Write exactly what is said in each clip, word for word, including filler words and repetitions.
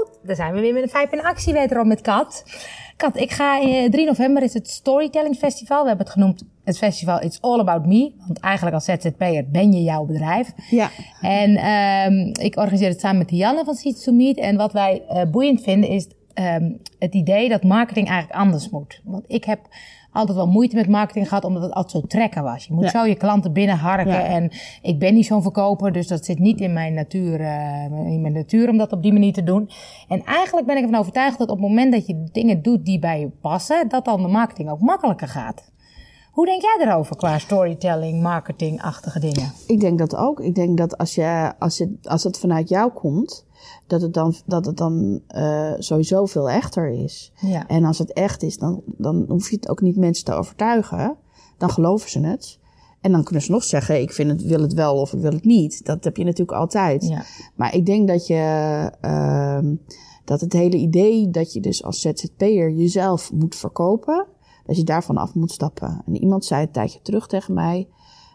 daar zijn we weer met een Vijp in actie wederom met Kat. Kat, ik ga uh, drie november is het Storytelling Festival. We hebben het genoemd het festival It's All About Me. Want eigenlijk als Z Z P'er ben je jouw bedrijf. Ja. En um, ik organiseer het samen met Dianne van Seeds to Meet. En wat wij uh, boeiend vinden is um, het idee dat marketing eigenlijk anders moet. Want ik heb altijd wel moeite met marketing gehad, omdat het altijd zo trekken was. Je moet ja. zo je klanten binnenharken. Ja. En ik ben niet zo'n verkoper, dus dat zit niet in mijn natuur, uh, in mijn natuur om dat op die manier te doen. En eigenlijk ben ik ervan overtuigd dat op het moment dat je dingen doet die bij je passen, dat dan de marketing ook makkelijker gaat. Hoe denk jij erover qua storytelling, marketingachtige dingen? Ik denk dat ook. Ik denk dat als, je, als, je, als het vanuit jou komt, dat het dan, dat het dan uh, sowieso veel echter is. Ja. En als het echt is, dan, dan hoef je het ook niet mensen te overtuigen. Dan geloven ze het. En dan kunnen ze nog zeggen, ik vind het, wil het wel of ik wil het niet. Dat heb je natuurlijk altijd. Ja. Maar ik denk dat je uh, dat het hele idee dat je dus als Z Z P'er jezelf moet verkopen, dat je daarvan af moet stappen. En iemand zei een tijdje terug tegen mij,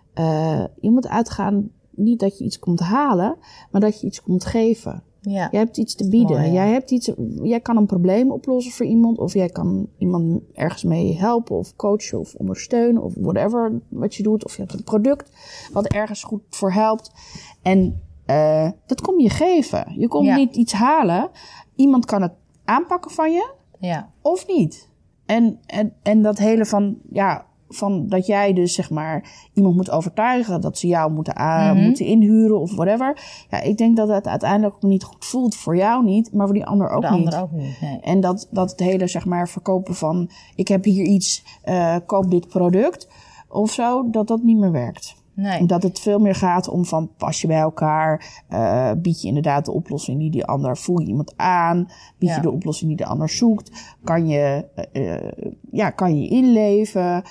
uh, je moet uitgaan niet dat je iets komt halen, maar dat je iets komt geven. Ja. Jij hebt iets te bieden. Mooi, ja. jij, hebt iets, jij kan een probleem oplossen voor iemand, of jij kan iemand ergens mee helpen of coachen of ondersteunen of whatever wat je doet. Of je hebt een product wat ergens goed voor helpt. En uh, dat kom je geven. Je komt ja. niet iets halen. Iemand kan het aanpakken van je ja. of niet. En, en, en dat hele van, ja, van dat jij dus zeg maar iemand moet overtuigen dat ze jou moeten, uh, mm-hmm. moeten inhuren of whatever. Ja, ik denk dat het uiteindelijk ook niet goed voelt voor jou niet, maar voor die ander ook de niet. Ander ook niet nee. En dat, dat het hele zeg maar verkopen van ik heb hier iets, uh, koop dit product of zo, dat dat niet meer werkt. Nee. Dat het veel meer gaat om van pas je bij elkaar, uh, bied je inderdaad de oplossing die die ander, voel je iemand aan, bied ja. je de oplossing die de ander zoekt, kan je, uh, ja, kan je inleven,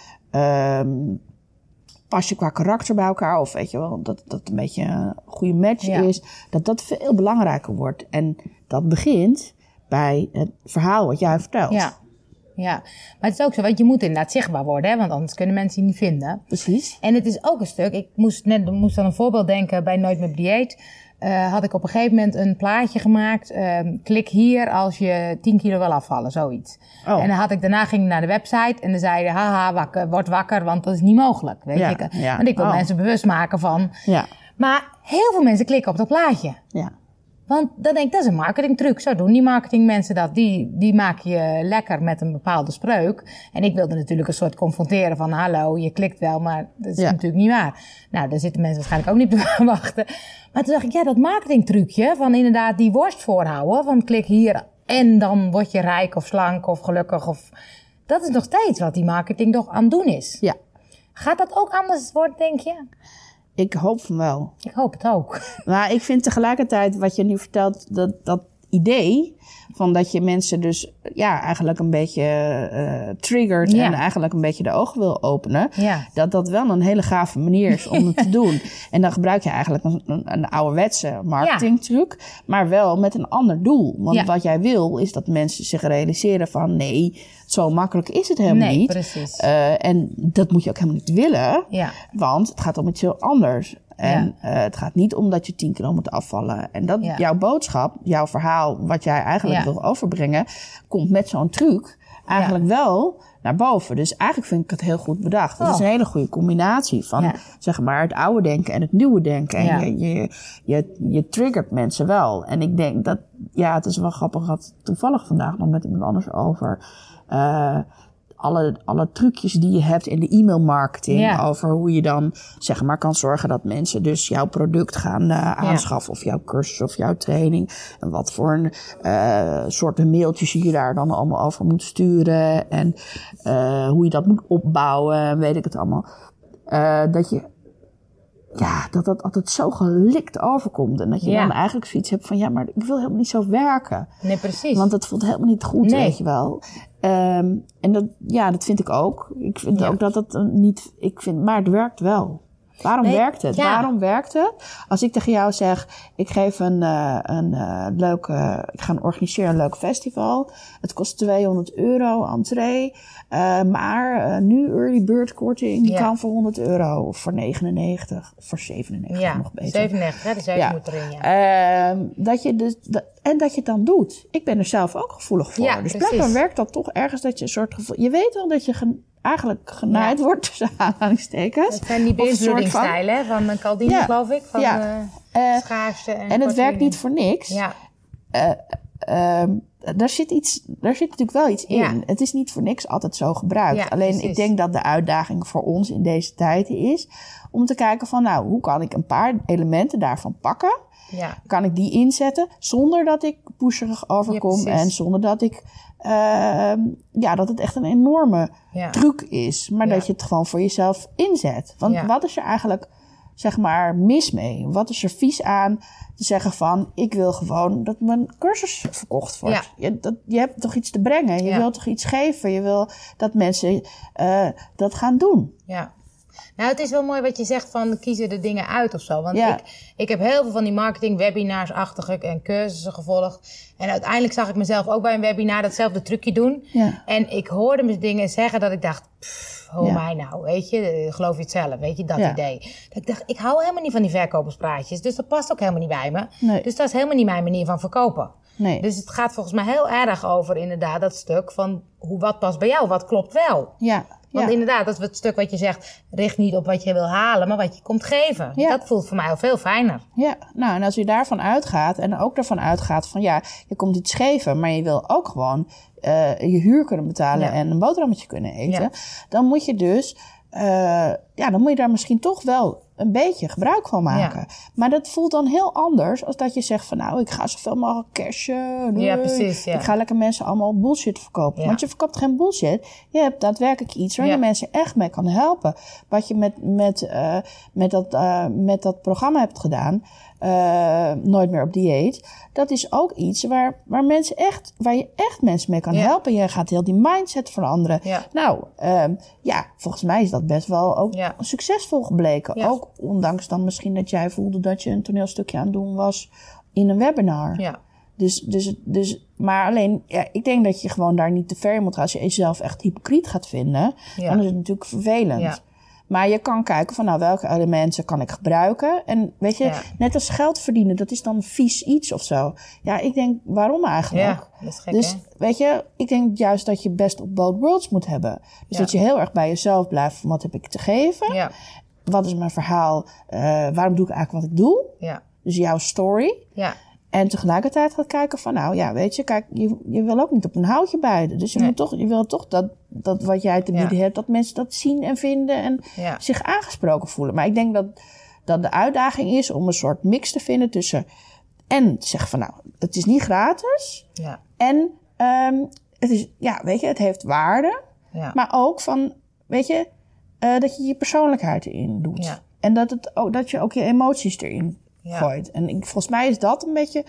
um, pas je qua karakter bij elkaar, of weet je wel, dat dat een beetje een goede match ja. is, dat dat veel belangrijker wordt. En dat begint bij het verhaal wat jij vertelt. Ja. Ja, maar het is ook zo, want je moet inderdaad zichtbaar worden, hè, want anders kunnen mensen je niet vinden. Precies. En het is ook een stuk, ik moest net moest aan een voorbeeld denken bij Nooit meer dieet. Uh, had ik op een gegeven moment een plaatje gemaakt. Uh, klik hier als je tien kilo wil afvallen, zoiets. Oh. En dan had ik, daarna ging ik naar de website en dan zeiden, haha, wakker, word wakker, want dat is niet mogelijk. Weet ja, je? Ja. Want ik wil oh. mensen bewust maken van. Ja. Maar heel veel mensen klikken op dat plaatje. Ja. Want dan denk ik, dat is een marketingtruc. Zo doen die marketingmensen dat. Die, die maak je lekker met een bepaalde spreuk. En ik wilde natuurlijk een soort confronteren van, hallo, je klikt wel, maar dat is ja. natuurlijk niet waar. Nou, daar zitten mensen waarschijnlijk ook niet op te wachten. Maar toen dacht ik, ja, dat marketingtrucje van inderdaad die worst voorhouden. Van klik hier en dan word je rijk of slank of gelukkig. Of dat is nog steeds wat die marketing toch aan het doen is. Ja. Gaat dat ook anders worden, denk je? Ik hoop van wel. Ik hoop het ook. Maar ik vind tegelijkertijd wat je nu vertelt, dat, dat idee van dat je mensen dus ja eigenlijk een beetje uh, triggert ja. en eigenlijk een beetje de ogen wil openen, ja. dat dat wel een hele gave manier is om het te doen. En dan gebruik je eigenlijk een, een, een ouderwetse marketingtruc, ja. maar wel met een ander doel. Want ja. wat jij wil is dat mensen zich realiseren van nee, zo makkelijk is het helemaal nee, niet. Precies. Uh, en dat moet je ook helemaal niet willen, ja. want het gaat om iets heel anders. En ja. uh, het gaat niet om dat je tien kilo moet afvallen. En dat ja. jouw boodschap, jouw verhaal, wat jij eigenlijk ja. wil overbrengen, komt met zo'n truc eigenlijk ja. wel naar boven. Dus eigenlijk vind ik het heel goed bedacht. Het oh. is een hele goede combinatie van ja. zeg maar het oude denken en het nieuwe denken. En ja. je, je, je, je triggert mensen wel. En ik denk dat, ja, het is wel grappig, had toevallig vandaag nog met iemand anders over. Uh, Alle, alle trucjes die je hebt in de e-mailmarketing. Ja. Over hoe je dan zeg maar kan zorgen dat mensen dus jouw product gaan uh, aanschaffen. Ja. Of jouw cursus of jouw training. En wat voor een uh, soorten mailtjes je daar dan allemaal over moet sturen. En uh, hoe je dat moet opbouwen. Weet ik het allemaal. Uh, dat je... Ja, dat dat altijd zo gelikt overkomt. En dat je ja. dan eigenlijk zoiets hebt van, ja, maar ik wil helemaal niet zo werken. Nee, precies. Want het voelt helemaal niet goed, nee. weet je wel. Um, en dat, ja, dat vind ik ook. Ik vind ja. ook dat dat niet, ik vind, maar het werkt wel. Waarom nee, werkt het? Ja. Waarom werkt het? Als ik tegen jou zeg, ik geef een, uh, een uh, leuke, ik ga organiseren een leuk festival. Het kost tweehonderd euro entree. Uh, maar uh, nu early bird korting ja. kan voor honderd euro. Of voor negenennegentig. Of voor zevenennegentig ja, nog beter. zevenennegentig, hè, de zeven ja. moet erin, ja. Uh, dat je dus, dat, en dat je het dan doet. Ik ben er zelf ook gevoelig voor. Ja, dus precies. blijkbaar werkt dat toch ergens dat je een soort gevoel... Je weet wel dat je... Gen, eigenlijk genaaid ja. wordt, tussen aanhalingstekens. Dat zijn die beïnvloedingsstijlen van, van Caldini, ja. geloof ik. Van ja. uh, schaarste en En het werkt niet voor niks. Ja. Uh, um, daar zit iets, daar zit natuurlijk wel iets in. Ja. Het is niet voor niks altijd zo gebruikt. Ja, Alleen precies. ik denk dat de uitdaging voor ons in deze tijd is om te kijken van, nou, hoe kan ik een paar elementen daarvan pakken? Ja. Kan ik die inzetten zonder dat ik pusherig overkom ja, en zonder dat ik uh, ja, dat het echt een enorme ja. truc is, maar ja. dat je het gewoon voor jezelf inzet. Want ja. wat is er eigenlijk, zeg maar, mis mee? Wat is er vies aan te zeggen van, ik wil gewoon dat mijn cursus verkocht wordt. Ja. Je, dat, je hebt toch iets te brengen, je ja. wil toch iets geven, je wil dat mensen uh, dat gaan doen. Ja. Nou, het is wel mooi wat je zegt van kiezen de dingen uit of zo. Want ja. ik, ik heb heel veel van die marketing webinars-achtige en cursussen gevolgd. En uiteindelijk zag ik mezelf ook bij een webinar datzelfde trucje doen. Ja. En ik hoorde me dingen zeggen dat ik dacht, pff, hoor ja. mij nou, weet je, geloof je het zelf, weet je, dat ja. idee. Dat ik dacht, ik hou helemaal niet van die verkoperspraatjes, dus dat past ook helemaal niet bij me. Nee. Dus dat is helemaal niet mijn manier van verkopen. Nee. Dus het gaat volgens mij heel erg over inderdaad dat stuk van hoe, wat past bij jou, wat klopt wel. Ja. Want ja. inderdaad, dat is het stuk wat je zegt, richt niet op wat je wil halen, maar wat je komt geven. Ja. Dat voelt voor mij al veel fijner. Ja, nou en als je daarvan uitgaat en ook daarvan uitgaat van ja, je komt iets geven, maar je wil ook gewoon uh, je huur kunnen betalen ja. en een boterhammetje kunnen eten. Ja. Dan moet je dus, uh, ja, dan moet je daar misschien toch wel een beetje gebruik van maken. Ja. Maar dat voelt dan heel anders als dat je zegt van nou, ik ga zoveel mogelijk cashen. Ja, precies. Ja. Ik ga lekker mensen allemaal bullshit verkopen. Ja. Want je verkoopt geen bullshit. Je hebt daadwerkelijk iets waar ja. je mensen echt mee kan helpen. Wat je met, met, uh, met, dat, uh, met dat programma hebt gedaan, uh, Nooit meer op dieet. Dat is ook iets waar, waar mensen echt, waar je echt mensen mee kan ja. helpen. Je gaat heel die mindset veranderen. Ja. Nou, um, ja, volgens mij is dat best wel ook ja. succesvol gebleken. Ja. Ook ondanks dan misschien dat jij voelde dat je een toneelstukje aan het doen was in een webinar. Ja. Dus, dus, dus, maar alleen, ja, ik denk dat je gewoon daar niet te ver in moet gaan. Als je jezelf echt hypocriet gaat vinden, ja. dan is het natuurlijk vervelend. Ja. Maar je kan kijken van, nou, welke elementen kan ik gebruiken? En weet je, ja. net als geld verdienen, dat is dan vies iets of zo. Ja, ik denk, waarom eigenlijk? Ja, dat is gek, dus, hè? weet je, ik denk juist dat je best op both worlds moet hebben. Dus ja. dat je heel erg bij jezelf blijft van, wat heb ik te geven? Ja. Wat is mijn verhaal? Uh, waarom doe ik eigenlijk wat ik doe? Ja. Dus jouw story. Ja. En tegelijkertijd gaat kijken van, nou ja, weet je, kijk, je, je wil ook niet op een houtje bijten. Dus je nee. moet toch, je wil toch dat, dat wat jij te bieden ja. hebt, dat mensen dat zien en vinden en ja. zich aangesproken voelen. Maar ik denk dat, dat de uitdaging is om een soort mix te vinden tussen en te zeggen van, nou, het is niet gratis. Ja. En um, het is, ja, weet je, het heeft waarde. Ja. Maar ook van, weet je, uh, dat je je persoonlijkheid erin doet. Ja. En dat, het ook, dat je ook je emoties erin ja. gooit. En ik, volgens mij is dat een beetje,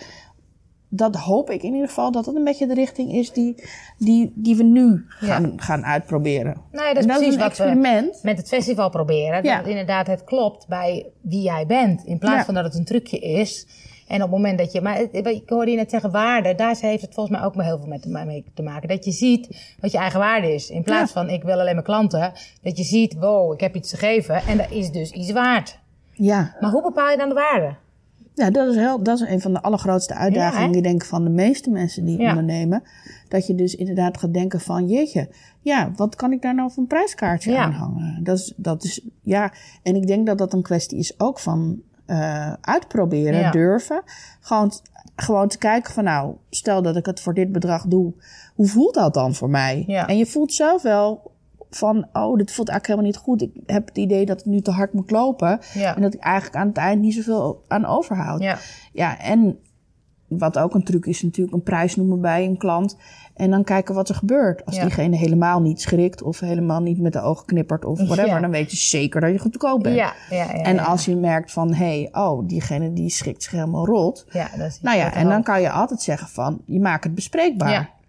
dat hoop ik in ieder geval, dat dat een beetje de richting is die, die, die we nu gaan, ja. gaan uitproberen. Nou ja, dat is en precies dat is een wat experiment. we met het festival proberen. Ja. Dat inderdaad het klopt bij wie jij bent. In plaats ja. van dat het een trucje is. En op het moment dat je, maar ik hoorde je net zeggen waarde, daar heeft het volgens mij ook maar heel veel met mee te maken. Dat je ziet wat je eigen waarde is. In plaats ja. van ik wil alleen mijn klanten, dat je ziet, wow, ik heb iets te geven en dat is dus iets waard. Ja. Maar hoe bepaal je dan de waarde? Ja, dat is, heel, dat is een van de allergrootste uitdagingen, ja, denk ik, van de meeste mensen die ja. ondernemen. Dat je dus inderdaad gaat denken van, jeetje, ja, wat kan ik daar nou voor een prijskaartje ja. aan hangen? Dat is, dat is, ja, en ik denk dat dat een kwestie is ook van uh, uitproberen, ja. durven. Gewoon, gewoon te kijken van, nou, stel dat ik het voor dit bedrag doe, hoe voelt dat dan voor mij? Ja. En je voelt zelf wel van, oh, dit voelt eigenlijk helemaal niet goed. Ik heb het idee dat ik nu te hard moet lopen. Ja. En dat ik eigenlijk aan het eind niet zoveel aan overhoud. Ja. Ja, en wat ook een truc is natuurlijk een prijs noemen bij een klant. En dan kijken wat er gebeurt. Als ja. diegene helemaal niet schrikt of helemaal niet met de ogen knippert of whatever. Ja. Dan weet je zeker dat je goedkoop bent. Ja. Ja, ja, en ja. als je merkt van, hé, hey, oh, diegene die schrikt zich helemaal rot. Ja, dat is nou ja, en dan kan je altijd zeggen van, je maakt het bespreekbaar. Ja.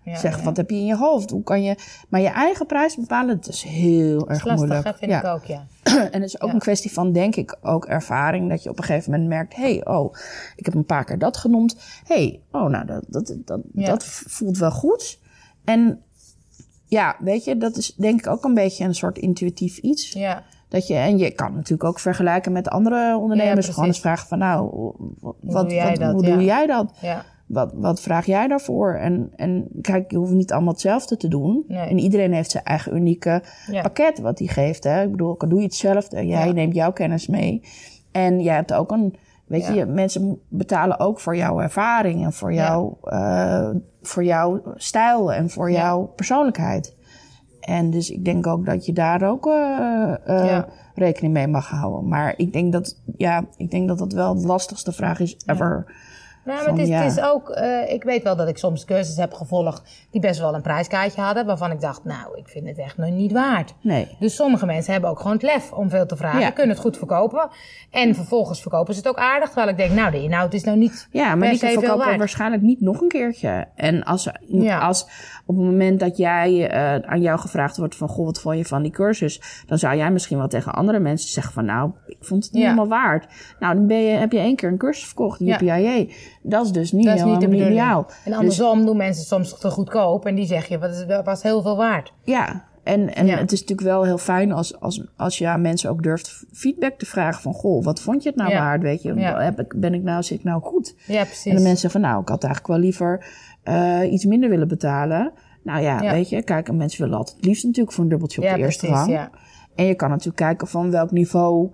Ja, zeg, ja. Wat heb je in je hoofd? Hoe kan je... Maar je eigen prijs bepalen, dat is heel erg lastig, moeilijk. Dat vind ja. ik ook, ja. En het is ook ja. een kwestie van, denk ik, ook ervaring. Dat je op een gegeven moment merkt, hé, hey, oh, ik heb een paar keer dat genoemd. Hé, hey, oh, nou, dat, dat, dat, ja. dat voelt wel goed. En ja, weet je, dat is denk ik ook een beetje een soort intuïtief iets. Ja. Dat je, en je kan natuurlijk ook vergelijken met andere ondernemers. Ja, gewoon eens vragen van, nou, wat, hoe doe jij wat, dat? Hoe ja. doe jij dat? Ja. Wat, wat vraag jij daarvoor? En, en kijk, je hoeft niet allemaal hetzelfde te doen. Nee. En iedereen heeft zijn eigen unieke ja. pakket wat hij geeft. Hè? Ik bedoel, doe je hetzelfde. Jij ja. neemt jouw kennis mee. En jij hebt ook een... Weet ja. je, mensen betalen ook voor jouw ervaring. En voor, jou, ja. uh, voor jouw stijl. En voor ja. jouw persoonlijkheid. En dus ik denk ook dat je daar ook uh, uh, ja. rekening mee mag houden. Maar ik denk dat, ja, ik denk dat dat wel de lastigste vraag is ever. Ja. Nou, maar van, het, is, ja. het is ook... Uh, ik weet wel dat ik soms cursussen heb gevolgd die best wel een prijskaartje hadden, waarvan ik dacht, nou, ik vind het echt nog niet waard. Nee. Dus sommige mensen hebben ook gewoon het lef om veel te vragen, ja. kunnen het goed verkopen. En vervolgens verkopen ze het ook aardig, terwijl ik denk, nou, de inhoud is nou niet ja, maar die verkopen waarschijnlijk niet nog een keertje. En als, ja. als op het moment dat jij uh, aan jou gevraagd wordt van, goh, wat vond je van die cursus? Dan zou jij misschien wel tegen andere mensen zeggen van, nou, ik vond het niet ja. helemaal waard. Nou, dan ben je, heb je één keer een cursus verkocht, die ja. J P I A. Dat is dus niet dat is helemaal niet ideaal. En andersom dus, doen mensen soms te goedkoop en die zeg je, dat was heel veel waard. Ja, en, en ja. het is natuurlijk wel heel fijn als, als, als je aan mensen ook durft feedback te vragen van, goh, wat vond je het nou ja. waard, weet je? Ja. Heb ik, ben ik nou, zit ik nou goed? Ja, precies. En de mensen zeggen van, nou, ik had eigenlijk wel liever uh, iets minder willen betalen. Nou ja, ja, weet je, kijk, mensen willen altijd het liefst natuurlijk voor een dubbeltje op ja, de eerste precies, rang. Ja. En je kan natuurlijk kijken van welk niveau,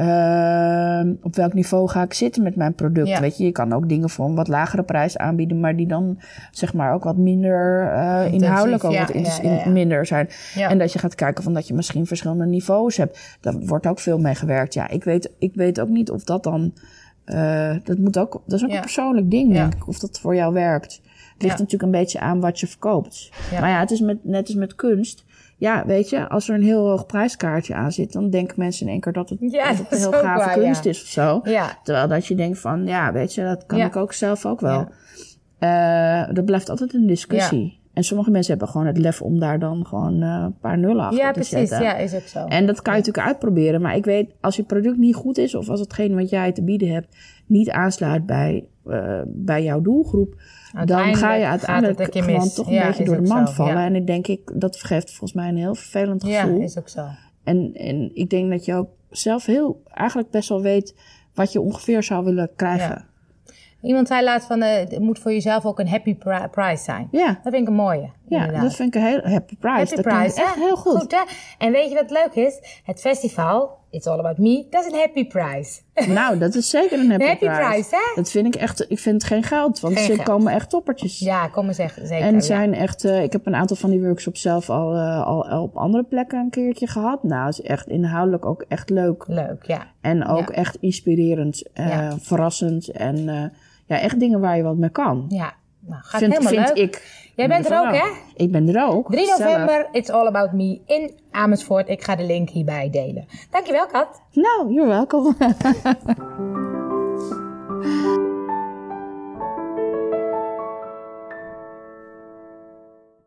uh, op welk niveau ga ik zitten met mijn product. Ja. Weet je, je kan ook dingen voor een wat lagere prijs aanbieden, maar die dan zeg maar ook wat minder uh, inhoudelijk ook ja, wat in, ja, ja, ja. minder zijn. Ja. En dat je gaat kijken van dat je misschien verschillende niveaus hebt. Daar wordt ook veel mee gewerkt. Ja, ik weet, ik weet ook niet of dat dan, uh, dat moet ook, dat is ook ja. een persoonlijk ding, ja. denk ik, of dat voor jou werkt. Het ligt ja. natuurlijk een beetje aan wat je verkoopt. Ja. Maar ja, het is met, net als met kunst. Ja, weet je, als er een heel hoog prijskaartje aan zit, dan denken mensen in één keer dat het, ja, dat het een heel gave waar, kunst ja. is of zo. Ja. Terwijl dat je denkt van, ja, weet je, dat kan ja. ik ook zelf ook wel. Ja. Uh, dat blijft altijd een discussie. Ja. En sommige mensen hebben gewoon het lef om daar dan gewoon uh, een paar nullen achter ja, te precies. zetten. Ja, is ook zo. En dat kan je ja. natuurlijk uitproberen. Maar ik weet, als je product niet goed is of als hetgeen wat jij te bieden hebt niet aansluit bij, uh, bij jouw doelgroep, dan ga je uiteindelijk gewoon mis. toch een ja, beetje door de mand zo. vallen. Ja. En ik denk, ik, dat geeft volgens mij een heel vervelend gevoel. Ja, is ook zo. En, en ik denk dat je ook zelf heel, eigenlijk best wel weet wat je ongeveer zou willen krijgen. Ja. Iemand zei laatst van, uh, het moet voor jezelf ook een happy pri- price zijn. Ja. Dat vind ik een mooie. Ja, inderdaad. Dat vind ik een heel happy price. Happy dat price, echt heel goed. goed hè? En weet je wat leuk is? Het festival, It's All About Me, dat is een happy price. Nou, dat is zeker een happy, happy price. price hè? Dat vind ik echt, ik vind het geen geld, want er komen echt toppertjes. Ja, komen ze echt, zeker. En het zijn ja. echt, uh, ik heb een aantal van die workshops zelf al, uh, al, al op andere plekken een keertje gehad. Nou, het is echt inhoudelijk ook echt leuk. Leuk, ja. En ook ja. echt inspirerend, uh, ja. verrassend en uh, ja, echt dingen waar je wat mee kan. Ja, nou, gaat vind, helemaal vind leuk. Ik, Jij bent er ook, hè? Ik ben er ook. drie november, It's All About Me in Amersfoort. Ik ga de link hierbij delen. Dankjewel, Kat. Nou, you're welcome.